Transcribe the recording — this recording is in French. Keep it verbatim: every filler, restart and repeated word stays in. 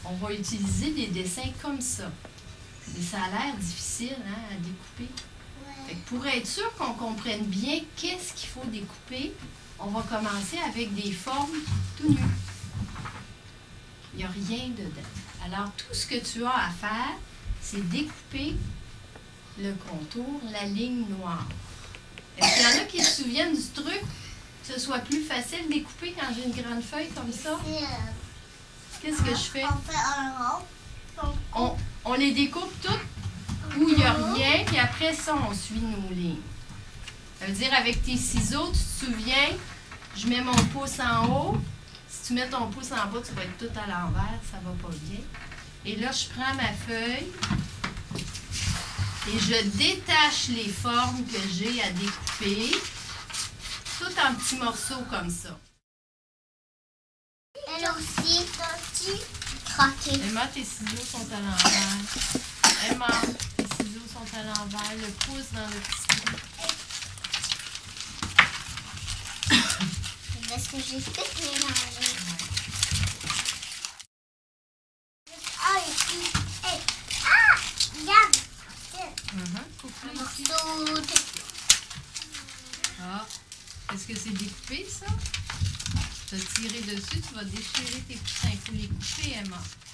on va utiliser des dessins comme ça. Et ça a l'air difficile hein, à découper. Fait que pour être sûr qu'on comprenne bien qu'est-ce qu'il faut découper, on va commencer avec des formes tout nues. Il n'y a rien dedans. Alors, tout ce que tu as à faire, c'est découper le contour, la ligne noire. Est-ce qu'il y en a qui se souviennent du truc, que ce soit plus facile de découper quand j'ai une grande feuille comme ça? Qu'est-ce que je fais? On fait un rond. On, on les découpe toutes où il n'y a rien, puis après ça, on suit nos lignes. Ça veut dire, avec tes ciseaux, tu te souviens, je mets mon pouce en haut. Si tu mets ton pouce en bas, tu vas être tout à l'envers, ça va pas bien. Et là, je prends ma feuille et je détache les formes que j'ai à découper, tout en petits morceaux comme ça. Elle aussi, tu craquer. Emma, tes ciseaux sont à l'envers. Emma, tes ciseaux sont à l'envers. Le pouce dans le petit trou. Parce que j'ai tout mélangé. Ouais. Ah, ici. Hey. Ah, regarde. Uh-huh. Coupe-le ici. Tout. Ah, est-ce que c'est découpé, ça? Tu as tiré dessus, tu vas déchirer tes poussins. Il faut les couper, Emma.